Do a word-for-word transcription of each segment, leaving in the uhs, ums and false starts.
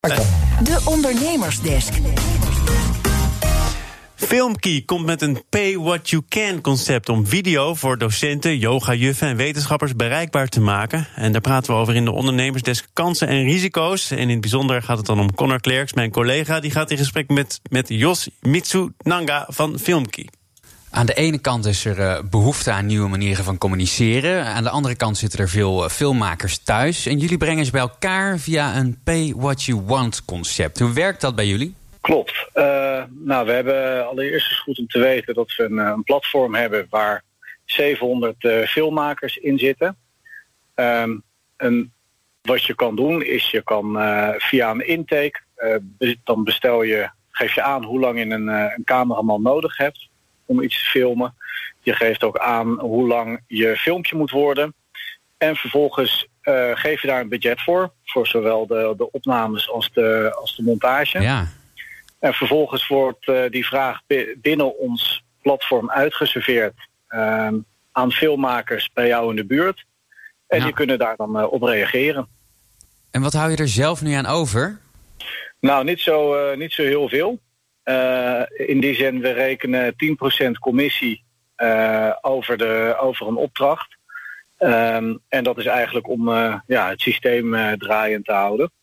De Ondernemersdesk. Filmkey komt met een pay what you can concept om video voor docenten, yogajuffen en wetenschappers bereikbaar te maken. En daar praten we over in de Ondernemersdesk kansen en risico's. En in het bijzonder gaat het dan om Connor Klerks, mijn collega. Die gaat in gesprek met, met Jos Mitsunanga van Filmkey. Aan de ene kant is er uh, behoefte aan nieuwe manieren van communiceren. Aan de andere kant zitten er veel uh, filmmakers thuis. En jullie brengen ze bij elkaar via een pay what you want concept. Hoe werkt dat bij jullie? Klopt. Uh, nou, we hebben allereerst is goed om te weten dat we een, een platform hebben waar zevenhonderd uh, filmmakers in zitten. Um, en wat je kan doen is je kan uh, via een intake, uh, dan bestel je, geef je aan hoe lang je een, uh, een cameraman nodig hebt om iets te filmen. Je geeft ook aan hoe lang je filmpje moet worden. En vervolgens uh, geef je daar een budget voor, voor zowel de, de opnames als de, als de montage. Ja. En vervolgens wordt uh, die vraag binnen ons platform uitgeserveerd uh, aan filmmakers bij jou in de buurt. En ja. die kunnen daar dan uh, op reageren. En wat hou je er zelf nu aan over? Nou, niet zo, uh, niet zo heel veel. Uh, in die zin, we rekenen tien procent commissie uh, over, de, over een opdracht. Um, en dat is eigenlijk om uh, ja, het systeem uh, draaiend te houden.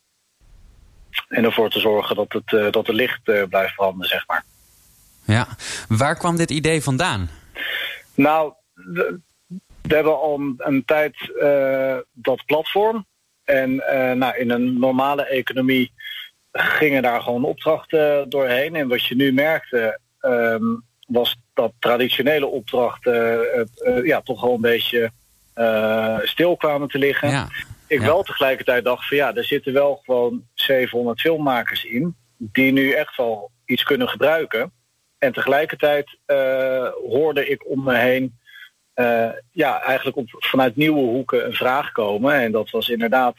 En ervoor te zorgen dat het, uh, dat het licht uh, blijft branden, zeg maar. Ja, waar kwam dit idee vandaan? Nou, we, we hebben al een, een tijd uh, dat platform. En uh, nou, in een normale economie gingen daar gewoon opdrachten doorheen. En wat je nu merkte, um, was dat traditionele opdrachten uh, uh, ja, toch wel een beetje uh, stil kwamen te liggen. Ja. Ik ja. wel tegelijkertijd dacht van ja, er zitten wel gewoon zevenhonderd filmmakers in die nu echt wel iets kunnen gebruiken. En tegelijkertijd uh, hoorde ik om me heen uh, ja, eigenlijk op, vanuit nieuwe hoeken een vraag komen. En dat was inderdaad,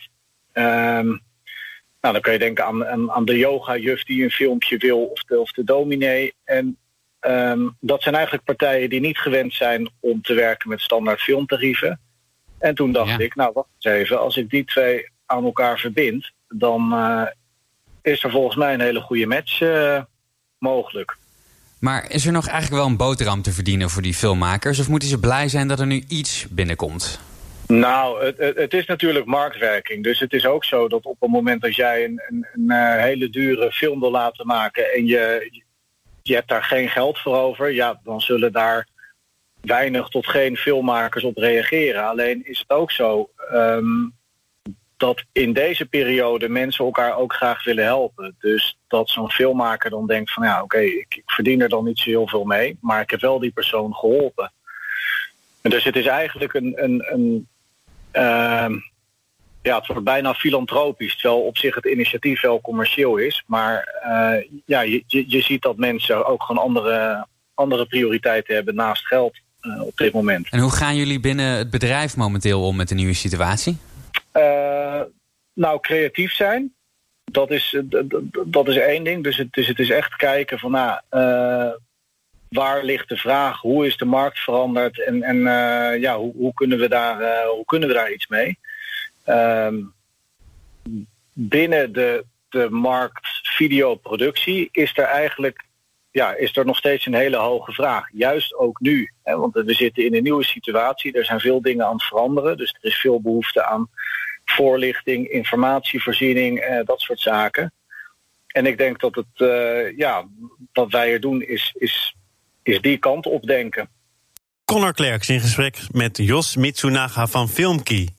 um, nou dan kun je denken aan, aan, aan de yoga-juf die een filmpje wil of de, of de dominee. En um, dat zijn eigenlijk partijen die niet gewend zijn om te werken met standaard filmtarieven. En toen dacht ja. ik, nou wacht eens even, als ik die twee aan elkaar verbind, dan uh, is er volgens mij een hele goede match uh, mogelijk. Maar is er nog eigenlijk wel een boterham te verdienen voor die filmmakers? Of moeten ze blij zijn dat er nu iets binnenkomt? Nou, het, het, het is natuurlijk marktwerking. Dus het is ook zo dat op het moment dat jij een, een, een uh, hele dure film wil laten maken en je, je hebt daar geen geld voor over, ja, dan zullen daar weinig tot geen filmmakers op reageren. Alleen is het ook zo um, dat in deze periode mensen elkaar ook graag willen helpen. Dus dat zo'n filmmaker dan denkt van ja, oké, okay, ik, ik verdien er dan niet zo heel veel mee, maar ik heb wel die persoon geholpen. En dus het is eigenlijk een, een, een uh, ja, het wordt bijna filantropisch, terwijl op zich het initiatief wel commercieel is. Maar uh, ja, je, je, je ziet dat mensen ook gewoon andere, andere prioriteiten hebben naast geld. Uh, op dit moment. En hoe gaan jullie binnen het bedrijf momenteel om met de nieuwe situatie? Uh, nou, creatief zijn. Dat is, uh, dat is één ding. Dus het is, het is echt kijken van nou, uh, waar ligt de vraag? Hoe is de markt veranderd? En, en uh, ja, hoe, hoe, kunnen we daar, uh, hoe kunnen we daar iets mee? Uh, binnen de, de markt videoproductie is er eigenlijk Ja, is er nog steeds een hele hoge vraag. Juist ook nu. Hè, want we zitten in een nieuwe situatie. Er zijn veel dingen aan het veranderen. Dus er is veel behoefte aan voorlichting, informatievoorziening, eh, dat soort zaken. En ik denk dat het, uh, ja, wat wij er doen is, is, is die kant op denken. Connor Klerks in gesprek met Jos Mitsunanga van Filmkey.